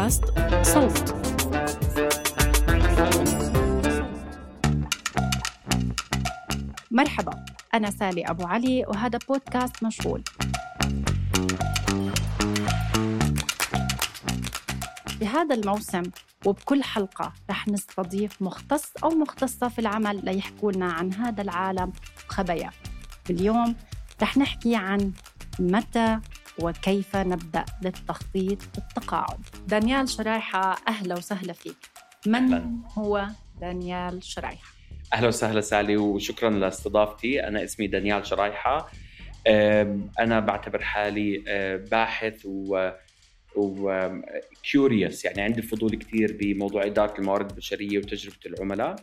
بودكاست صوت. مرحبا، أنا سالي أبو علي وهذا بودكاست مشغول. بهذا الموسم وبكل حلقة رح نستضيف مختص أو مختصة في العمل ليحكوا لنا عن هذا العالم وخباياه. اليوم رح نحكي عن متى وكيف نبدأ للتخطيط للتقاعد. دانيال شرايحة، أهلا وسهلا فيك. من هو دانيال شرايحة؟ أهلا وسهلا سالي، وشكرا لاستضافتي. أنا اسمي دانيال شرايحة. أنا بعتبر حالي باحث وكيوريوس، يعني عندي فضول كتير بموضوع إدارة الموارد البشرية وتجربة العملاء،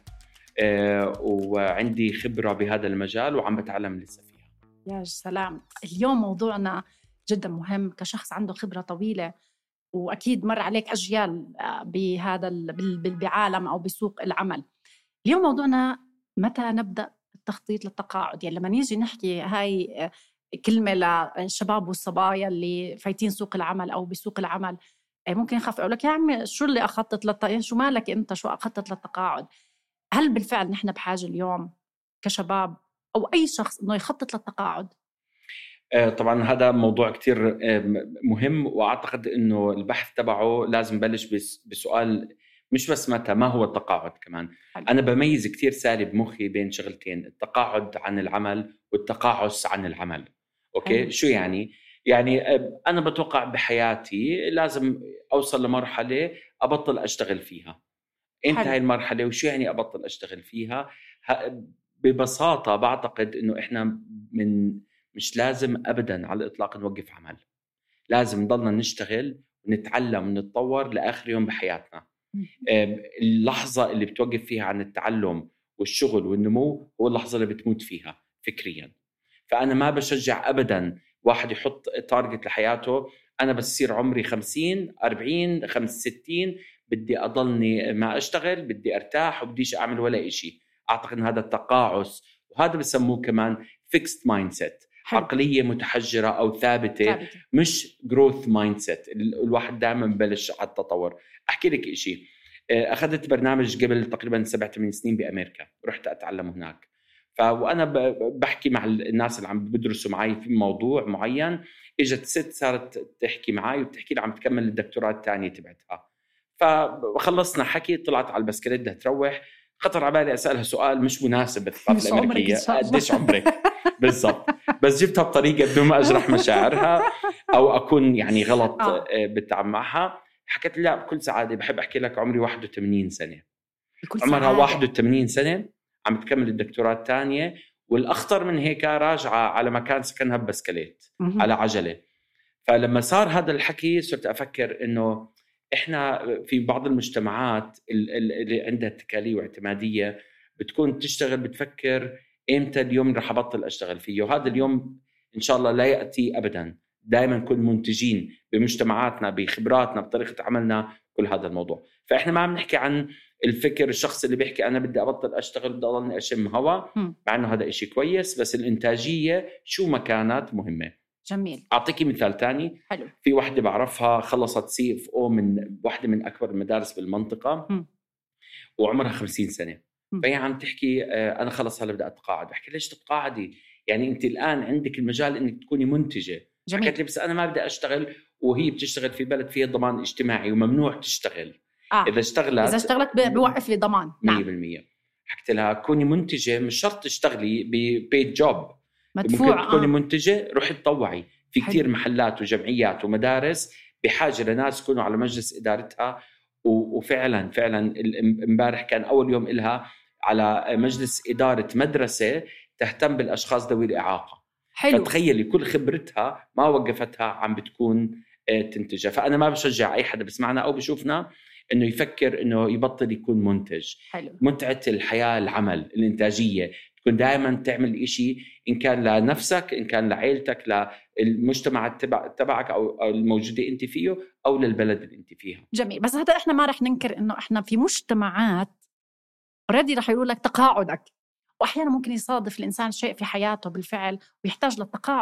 وعندي خبرة بهذا المجال وعم بتعلم لسه فيها. يا سلام، اليوم موضوعنا جدا مهم كشخص عنده خبرة طويلة، وأكيد مر عليك أجيال بهذا بعالم أو بسوق العمل. اليوم موضوعنا متى نبدأ التخطيط للتقاعد. يعني لما نيجي نحكي هاي كلمة للشباب والصبايا اللي فايتين سوق العمل أو بسوق العمل، ممكن يخاف يقول لك يا عمي شو اللي أخطط للتقاعد، شو مالك أنت، شو أخطط للتقاعد. هل بالفعل نحن بحاجة اليوم كشباب أو أي شخص إنه يخطط للتقاعد؟ طبعا هذا موضوع كتير مهم، وأعتقد إنه البحث تبعه لازم بلش بسؤال مش بس متى، ما هو التقاعد كمان. أنا بميز كتير سالي بمخي بين شغلتين: التقاعد عن العمل والتقاعس عن العمل. أوكي، شو يعني؟ يعني أنا بتوقع بحياتي لازم أوصل لمرحلة أبطل أشتغل فيها. إمتى هاي المرحلة وشو يعني أبطل أشتغل فيها؟ ببساطة بعتقد إنه إحنا مش لازم أبداً على الإطلاق نوقف عمل. لازم نضلنا نشتغل ونتعلم ونتطور لآخر يوم بحياتنا. اللحظة اللي بتوقف فيها عن التعلم والشغل والنمو هو اللحظة اللي بتموت فيها فكرياً. فأنا ما بشجع أبداً واحد يحط تارجت لحياته: أنا بس يصير عمري 50 40 65 بدي أضلني ما أشتغل، بدي أرتاح وبديش أعمل ولا إشي. أعتقد أن هذا التقاعس، وهذا بسموه كمان fixed mindset، عقلية متحجرة أو ثابتة. مش growth mindset. الواحد دائما ببلش على التطور. أحكي لك إشي. أخذت برنامج قبل تقريبا 7-8 سنين بأمريكا، رحت أتعلم هناك. وأنا بحكي مع الناس اللي عم بدرسوا معي في موضوع معين، إجت ست صارت تحكي معي وبتحكي لي عم تكمل الدكتوراه الثانية تبعتها. فخلصنا حكي، طلعت على البسكليت بدها تروح، خطر على بالي أسألها سؤال مش مناسب بالثقافة الأمريكية: قديش عمرك؟ بالضبط. بس جبتها بطريقة بدون ما أجرح مشاعرها أو أكون يعني غلط بالتعامل معها. حكت لي لا بكل سعادة، بحب أحكي لك عمري 81 سنة. عمرها 81 سنة عم تكمل الدكتوراه الثانية، والأخطر من هيك راجعة على مكان سكنها ببسكليت على عجلة. فلما صار هذا الحكي صرت أفكر إنه إحنا في بعض المجتمعات اللي عندها تكاليف واعتمادية بتكون تشتغل بتفكر إمتى اليوم اللي رح أبطل أشتغل فيه، وهذا اليوم إن شاء الله لا يأتي أبدا. دائما نكون منتجين بمجتمعاتنا بخبراتنا بطريقة عملنا كل هذا الموضوع. فإحنا ما عم نحكي عن الفكر الشخص اللي بيحكي أنا بدي أبطل أشتغل، بدي أضلني أشم هوا، مع أنه هذا إشي كويس، بس الإنتاجية شو ما كانت مهمة. جميل. أعطيكي مثال تاني. حلو. في واحدة بعرفها خلصت CFO من واحدة من أكبر المدارس بالمنطقة، وعمرها 50 سنة. فهي عم تحكي أنا خلص هلا بدي أتقاعد. بحكي ليش تتقاعدي؟ يعني أنت الآن عندك المجال إنك تكوني منتجة. حكت لي بس أنا ما بدي أشتغل، وهي بتشتغل في بلد فيها ضمان اجتماعي وممنوع تشتغل. إذا اشتغلت بوقف لي ضمان. 100%. حكت لها كوني منتجة، مش شرط تشتغلي ببيت جوب، مدفوع. ممكن تكوني منتجة روحي تطوعي في كتير محلات وجمعيات ومدارس بحاجة لناس يكونوا على مجلس إدارتها. وفعلا امبارح كان أول يوم إلها على مجلس إدارة مدرسة تهتم بالأشخاص ذوي الإعاقة. حلو. فتخيلي كل خبرتها ما وقفتها عم بتكون تنتجها. فأنا ما بشجع أي حدا بسمعنا أو بشوفنا إنه يفكر إنه يبطل يكون منتج. حلو. متعة الحياة العمل، الإنتاجية، تكون دائما تعمل إشي إن كان لنفسك، إن كان لعائلتك، للمجتمع تبعك أو الموجودة أنت فيه، أو للبلد اللي أنت فيها. جميل. بس هذا إحنا ما رح ننكر إنه إحنا في مجتمعات ردي رح يقول لك تقاعدك، وأحيانا ممكن يصادف الإنسان شيء في حياته بالفعل ويحتاج للتقاعد.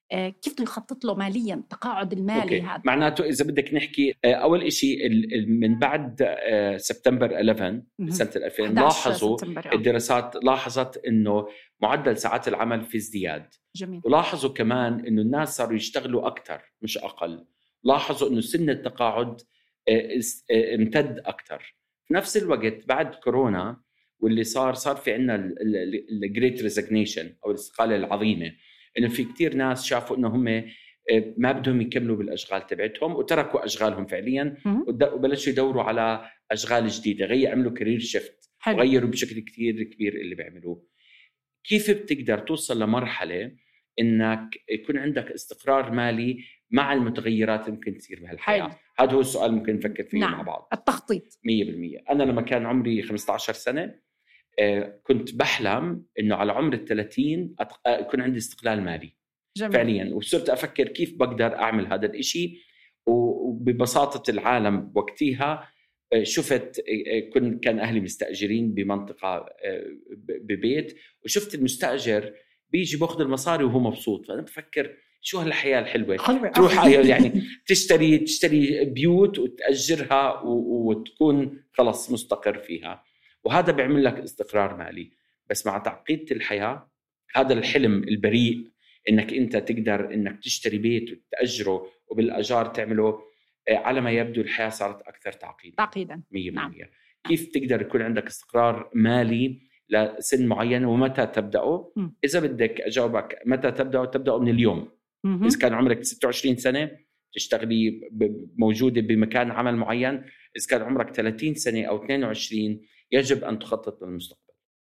كيف بده يخطط له ماليا التقاعد المالي هذا. معناته إذا بدك نحكي أول إشي من بعد سبتمبر 11 سنة 2000 لاحظوا الدراسات لاحظت إنه معدل ساعات العمل في ازدياد. جميل. ولاحظوا كمان إنه الناس صاروا يشتغلوا أكتر مش أقل. لاحظوا إنه سن التقاعد امتد أكتر. في نفس الوقت بعد كورونا واللي صار في عنا الجريت ريزيجنيشن أو الاستقالة العظيمة، إنه في كتير ناس شافوا إنه هم ما بدهم يكملوا بالأشغال تبعتهم وتركوا أشغالهم فعليا وبلشوا يدوروا على أشغال جديدة، عملوا كارير شيفت، غيروا بشكل كتير كبير اللي بيعملوه. كيف بتقدر توصل لمرحلة إنك يكون عندك استقرار مالي مع المتغيرات اللي ممكن تصير بهالحياة؟ هذا هو السؤال ممكن نفكر فيه مع بعض. التخطيط 100%. أنا لما كان عمري 15 سنة كنت بحلم إنه على عمر 30 يكون عندي استقلال مالي. جميل. فعليا. وصرت أفكر كيف بقدر أعمل هذا الإشي، وببساطة العالم وقتها شفت كان أهلي مستأجرين بمنطقة ببيت، وشفت المستأجر بيجي باخذ المصاري وهو مبسوط. فأنا بفكر شو هالحياة الحلوة، تروح يعني تشتري بيوت وتأجرها وتكون خلص مستقر فيها، وهذا بيعمل لك استقرار مالي. بس مع تعقيدة الحياة هذا الحلم البريء إنك أنت تقدر إنك تشتري بيت وتأجره وبالأجار تعمله، على ما يبدو الحياة صارت أكثر تعقيدا 100%. نعم. كيف تقدر يكون عندك استقرار مالي لسن معين ومتى تبدأه؟ إذا بدك أجاوبك متى تبدأه من اليوم. إذا كان عمرك 26 سنة تشتغلي موجودة بمكان عمل معين. إذا كان عمرك 30 سنة أو 22 يجب أن تخطط للمستقبل.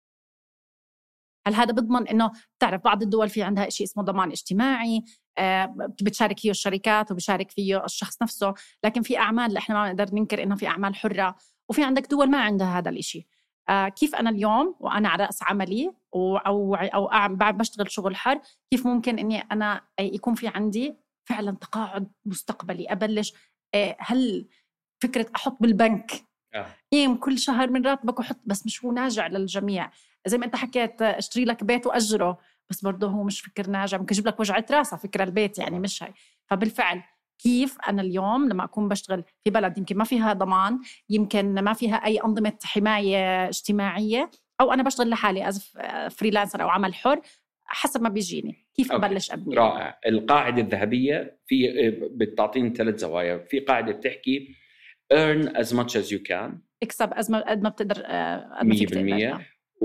هل هذا بضمن إنه تعرف بعض الدول في عندها شيء اسمه ضمان اجتماعي بتشارك فيه الشركات وبشارك فيه الشخص نفسه، لكن في أعمال إحنا ما نقدر ننكر إنه في أعمال حرة، وفي عندك دول ما عندها هذا الإشي. كيف أنا اليوم وأنا على رأس عملي أو بعد بشتغل شغل حر، كيف ممكن إني أنا يكون في عندي فعلا تقاعد مستقبلي؟ أبلش هل فكرة أحط بالبنك كل شهر من راتبك وحط، بس مش هو ناجع للجميع. زي ما أنت حكيت اشتري لك بيت وأجره، بس برضه هو مش فكر ناجع، ممكن يجيب لك وجعة راسة فكرة البيت يعني مش هاي. فبالفعل كيف أنا اليوم لما أكون بشتغل في بلد يمكن ما فيها ضمان، يمكن ما فيها أي أنظمة حماية اجتماعية، أو أنا بشتغل لحالي أز فريلانسر أو عمل حر حسب ما بيجيني، كيف أبلش أبني؟ رائع. القاعدة الذهبية في بتعطيني 3 زوايا. في قاعدة بتحكي earn as much as you can، اكسب قد ما بتقدر 100%،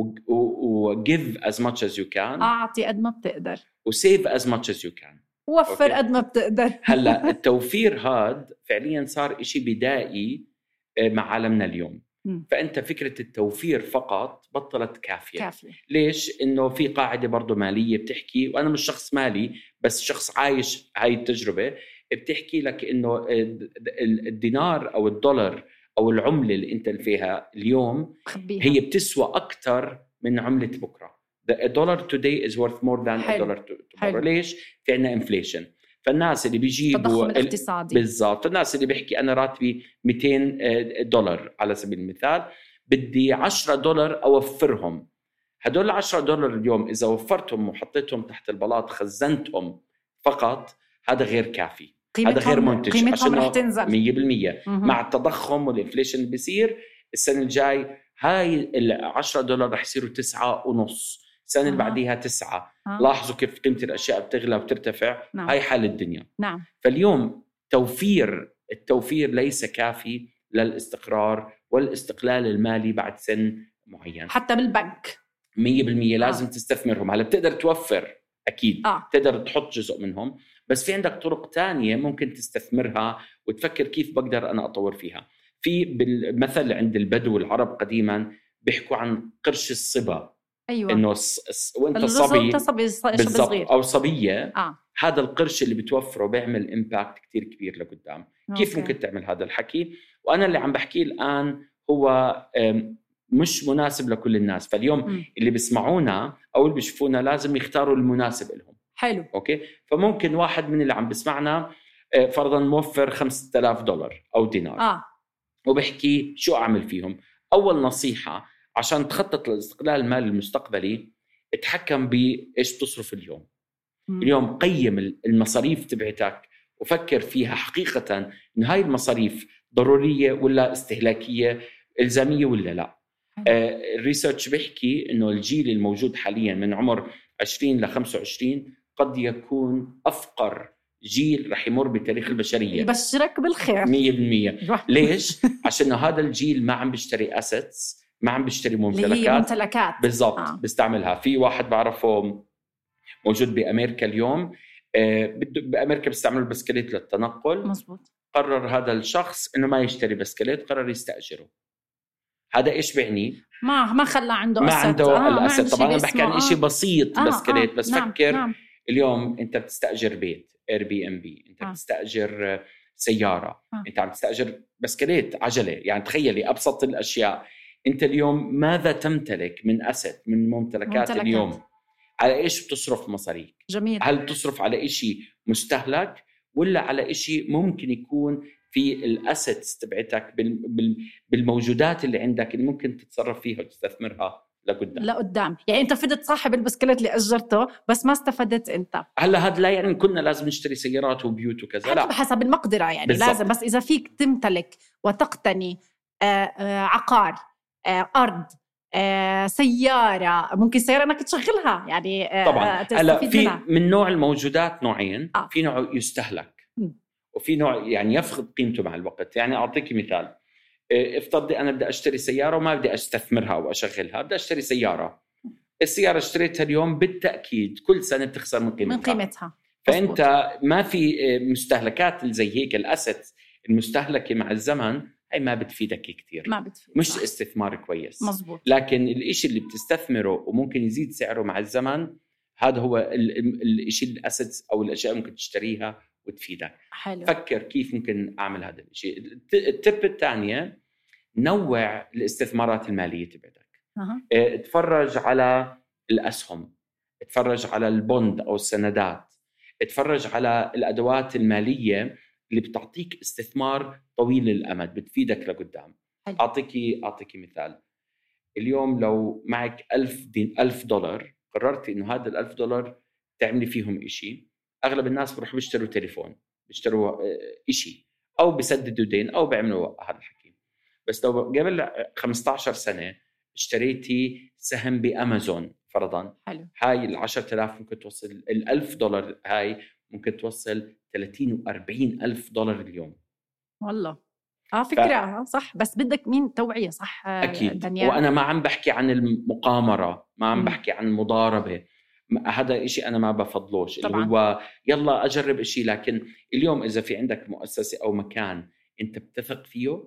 و give as much as you can، أعطي قد ما بتقدر، و save as much as you can، وفر قد ما بتقدر. هلا التوفير هاد فعليا صار إشي بدائي مع عالمنا اليوم. فأنت فكرة التوفير فقط بطلت كافية. ليش؟ إنه في قاعدة برضو مالية بتحكي، وأنا مش شخص مالي بس شخص عايش هاي التجربة، بتحكي لك إنه الدينار أو الدولار أو العملة اللي أنت فيها اليوم هي بتسوى أكتر من عملة بكرة. The dollar today is worth more than a dollar tomorrow. ليش؟ في عنا inflation. فالناس اللي بيجيبوا بالضبط، الناس اللي بيحكي أنا راتبي $200 على سبيل المثال، بدي $10 أوفرهم. هدول $10 اليوم إذا وفرتهم وحطيتهم تحت البلاط خزنتهم فقط، هذا غير كافي، هذا غير منتج، قيمتهم رح تنزل 100%. مع التضخم والإنفليشن اللي بيصير السنة الجاي هاي $10 رح يصيروا 9.5، السنة اللي بعديها 9. لاحظوا كيف قيمة الأشياء بتغلى وبترتفع. نعم. هاي حال الدنيا. نعم. فاليوم التوفير ليس كافي للاستقرار والاستقلال المالي بعد سن معين. حتى بالبنك 100% لازم تستثمرهم. هلا بتقدر توفر أكيد، تقدر تحط جزء منهم، بس في عندك طرق تانية ممكن تستثمرها وتفكر كيف بقدر أنا أطور فيها. في بالمثل عند البدو العرب قديما بيحكوا عن قرش الصبا. أيوة. إنه وأنت صبي صغير أو صبية، هذا القرش اللي بتوفره بيعمل إمباكت كتير كبير لقدام. كيف ممكن تعمل هذا الحكي؟ وأنا اللي عم بحكيه الآن هو مش مناسب لكل الناس. فاليوم اللي بيسمعونا أو اللي بيشوفونا لازم يختاروا المناسب لهم. حلو. أوكي. فممكن واحد من اللي عم بيسمعنا فرضاً موفر $5,000 أو دينار، وبحكي شو أعمل فيهم. أول نصيحة عشان تخطط للاستقلال المالي المستقبلي، اتحكم بإيش تصرف اليوم. اليوم قيم المصاريف تبعتك وفكر فيها حقيقة إن هاي المصاريف ضرورية ولا استهلاكية، إلزامية ولا لا. الريسيرش بيحكي إنه الجيل الموجود حاليا من عمر 20 ل 25 قد يكون أفقر جيل رح يمر بتاريخ البشرية. يبشرك بالخير 100%. ليش؟ عشان هذا الجيل ما عم بيشتري أسيتس، ما عم بيشتري ممتلكات بالضبط. بيستعملها. في واحد بعرفه موجود بأمريكا اليوم، بأمريكا بيستعملوا البسكليت للتنقل. مزبوط. قرر هذا الشخص إنه ما يشتري بسكليت، قرر يستأجره. هذا إيش بيعني؟ ما خلى عنده ما عنده الأسد. طبعا أنا بحكي عن إشي بسيط، بسكليت. بس فكر اليوم أنت بتستأجر بيت Airbnb، أنت بتستأجر سيارة، أنت عم تستأجر بسكليت، عجلة. يعني تخيلي أبسط الأشياء. أنت اليوم ماذا تمتلك من أسد، من ممتلكات اليوم؟ على إيش بتصرف مصاريك؟ جميل. هل تصرف على إشي مستهلك ولا على إشي ممكن يكون في الأسيتس تبعتك بالموجودات اللي عندك اللي ممكن تتصرف فيها وتستثمرها لقدام؟ يعني أنت فدت صاحب البسكليت اللي أجرته بس ما استفدت أنت. هلا هذا لا يعني كنا لازم نشتري سيارات وبيوت وكذا، لا، بحسب المقدرة يعني بالزبط. لازم بس إذا فيك تمتلك وتقتني عقار، أرض، سيارة، ممكن سيارة أنك تشغلها يعني طبعا. هلا في منها. من نوع الموجودات نوعين. في نوع يستهلك وفي نوع يعني يفقد قيمته مع الوقت. يعني أعطيك مثال. افترضي أنا بدي أشتري سيارة وما بدي أستثمرها وأشغلها، بدي أشتري سيارة. السيارة اشتريتها اليوم بالتأكيد كل سنة بتخسر من قيمتها. فأنت ما في مستهلكات زي هيك. الأسد المستهلكة مع الزمن هاي ما بتفيدك كتير، مش صح. استثمار كويس. مزبوط. لكن الإشي اللي بتستثمره وممكن يزيد سعره مع الزمن، هذا هو الإشي الأسد أو الأشياء ممكن تشتريها وتفيدك. حلو. فكر كيف ممكن أعمل هذا الشيء. التب الثانية، نوع الاستثمارات المالية تبعتك. اتفرج على الأسهم، اتفرج على البوند أو السندات، اتفرج على الأدوات المالية اللي بتعطيك استثمار طويل الأمد بتفيدك لقدام. أعطيكي مثال. اليوم لو معك $1000 قررت إنه هذا $1000 تعملي فيهم إشي، أغلب الناس بروحوا بيشتروا تليفون، بيشتروا إشي، أو بيسددوا دين، أو بيعملوا هذا الحكي. بس لو قبل 15 سنة اشتريتي سهم بأمازون فرضاً، حلو. هاي 10,000 ممكن توصل $1000 هاي ممكن توصل 30 و40 ألف دولار اليوم. والله فكرة صح. بس بدك مين توعية صح أكيد دانيال. وأنا ما عم بحكي عن المقامرة، ما عم بحكي عن المضاربة. هذا إشي أنا ما بفضلوش اللي هو يلا أجرب إشي. لكن اليوم إذا في عندك مؤسسة أو مكان أنت بتثق فيه،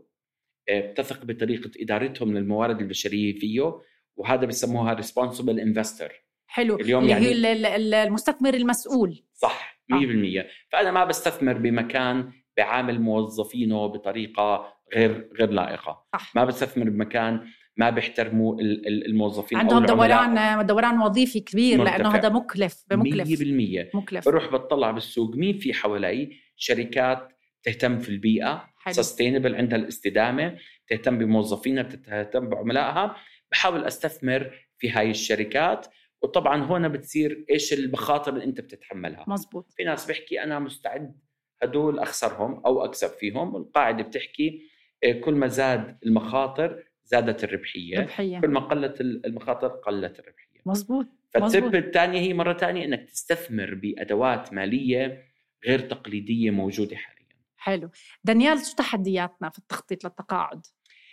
بتثق بطريقة إدارتهم للموارد البشرية فيه، وهذا بسموها responsible investor. حلو. اليوم اللي يعني هي المستثمر المسؤول. صح 100%. فأنا ما بستثمر بمكان بعامل موظفينه بطريقة غير لائقة. صح. ما بستثمر بمكان ما بيحترموا الموظفين، عندهم دوران وظيفي كبير مرتفع. لأنه هذا مكلف 100%. بروح بطلع بالسوق مين في حوالي شركات تهتم في البيئة، sustainable، عندها الاستدامة، تهتم بموظفينها، تهتم بعملائها. بحاول أستثمر في هاي الشركات. وطبعا هنا بتصير إيش المخاطر اللي أنت بتتحملها. مزبوط. في ناس بيحكي أنا مستعد هدول أخسرهم أو أكسب فيهم. والقاعدة بتحكي كل ما زاد المخاطر زادت الربحية. كل ما قلت المخاطر قلت الربحية. مزبوط. فالتب الثانية هي مرة تانية إنك تستثمر بأدوات مالية غير تقليدية موجودة حاليا. حلو. دانيال، شو تحدياتنا في التخطيط للتقاعد؟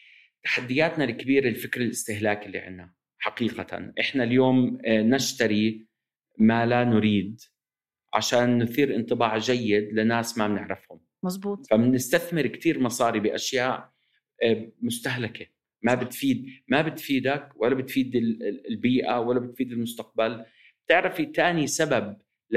تحدياتنا الكبيرة الفكر الاستهلاك اللي عنا. حقيقة إحنا اليوم نشتري ما لا نريد عشان نثير انطباع جيد لناس ما بنعرفهم. مزبوط. فبنستثمر كتير مصاري بأشياء مستهلكة ما بتفيدك ولا بتفيد البيئة ولا بتفيد المستقبل. تعرفي تاني سبب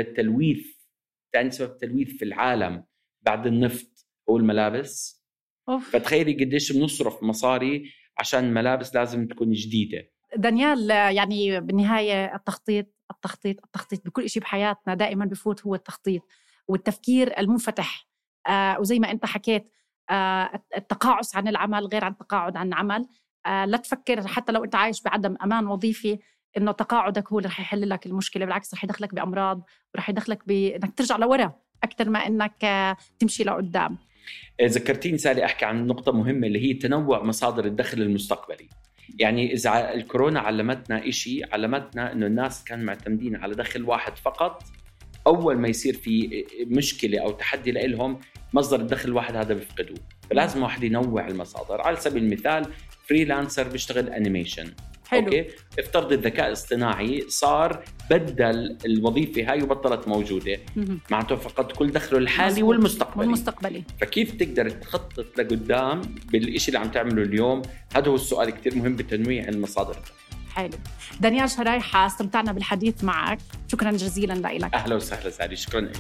تلويث في العالم بعد النفط هو الملابس. فتخيلي قديش بنصرف مصاري عشان ملابس لازم تكون جديدة. دانيال، يعني بالنهاية التخطيط بكل شيء بحياتنا دائما بفوت هو التخطيط والتفكير المنفتح. وزي ما أنت حكيت، التقاعس عن العمل غير عن التقاعد عن العمل. لا تفكر حتى لو أنت عايش بعدم أمان وظيفي إنه تقاعدك هو اللي رح يحل لك المشكلة، بالعكس رح يدخلك بأمراض ورح يدخلك بإنك ترجع لورا أكتر ما إنك تمشي لقدام. ذكرتيني سالي أحكي عن نقطة مهمة اللي هي تنوع مصادر الدخل المستقبلي. يعني إذا الكورونا علمتنا إشي، علمتنا إنه الناس كانوا معتمدين على دخل واحد فقط، أول ما يصير في مشكلة أو تحدي لهم مصدر الدخل الواحد هذا بيفقدوه، فلازم واحد ينوع المصادر. على سبيل المثال فريلانسر بيشتغل أنيميشن، أوكي، افترض الذكاء الاصطناعي صار بدل الوظيفة هاي وبطلت موجودة، معناته فقط كل دخله الحالي والمستقبلي. فكيف تقدر تخطط لقدام بالإشي اللي عم تعمله اليوم؟ هذا هو السؤال كتير مهم بتنويع المصادر. حلو. دانيال شرايحة، استمتعنا بالحديث معك، شكرا جزيلا لك. أهلا وسهلا سالي، شكرا لك.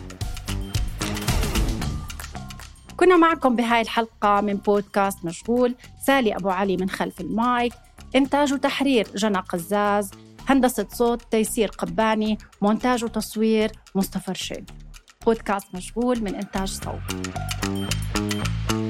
كنا معكم بهاي الحلقة من بودكاست مشغول. سالي أبو علي من خلف المايك، إنتاج وتحرير جنى قزاز، هندسة صوت تيسير قباني، مونتاج وتصوير مصطفى رشيد. بودكاست مشغول من إنتاج صوت.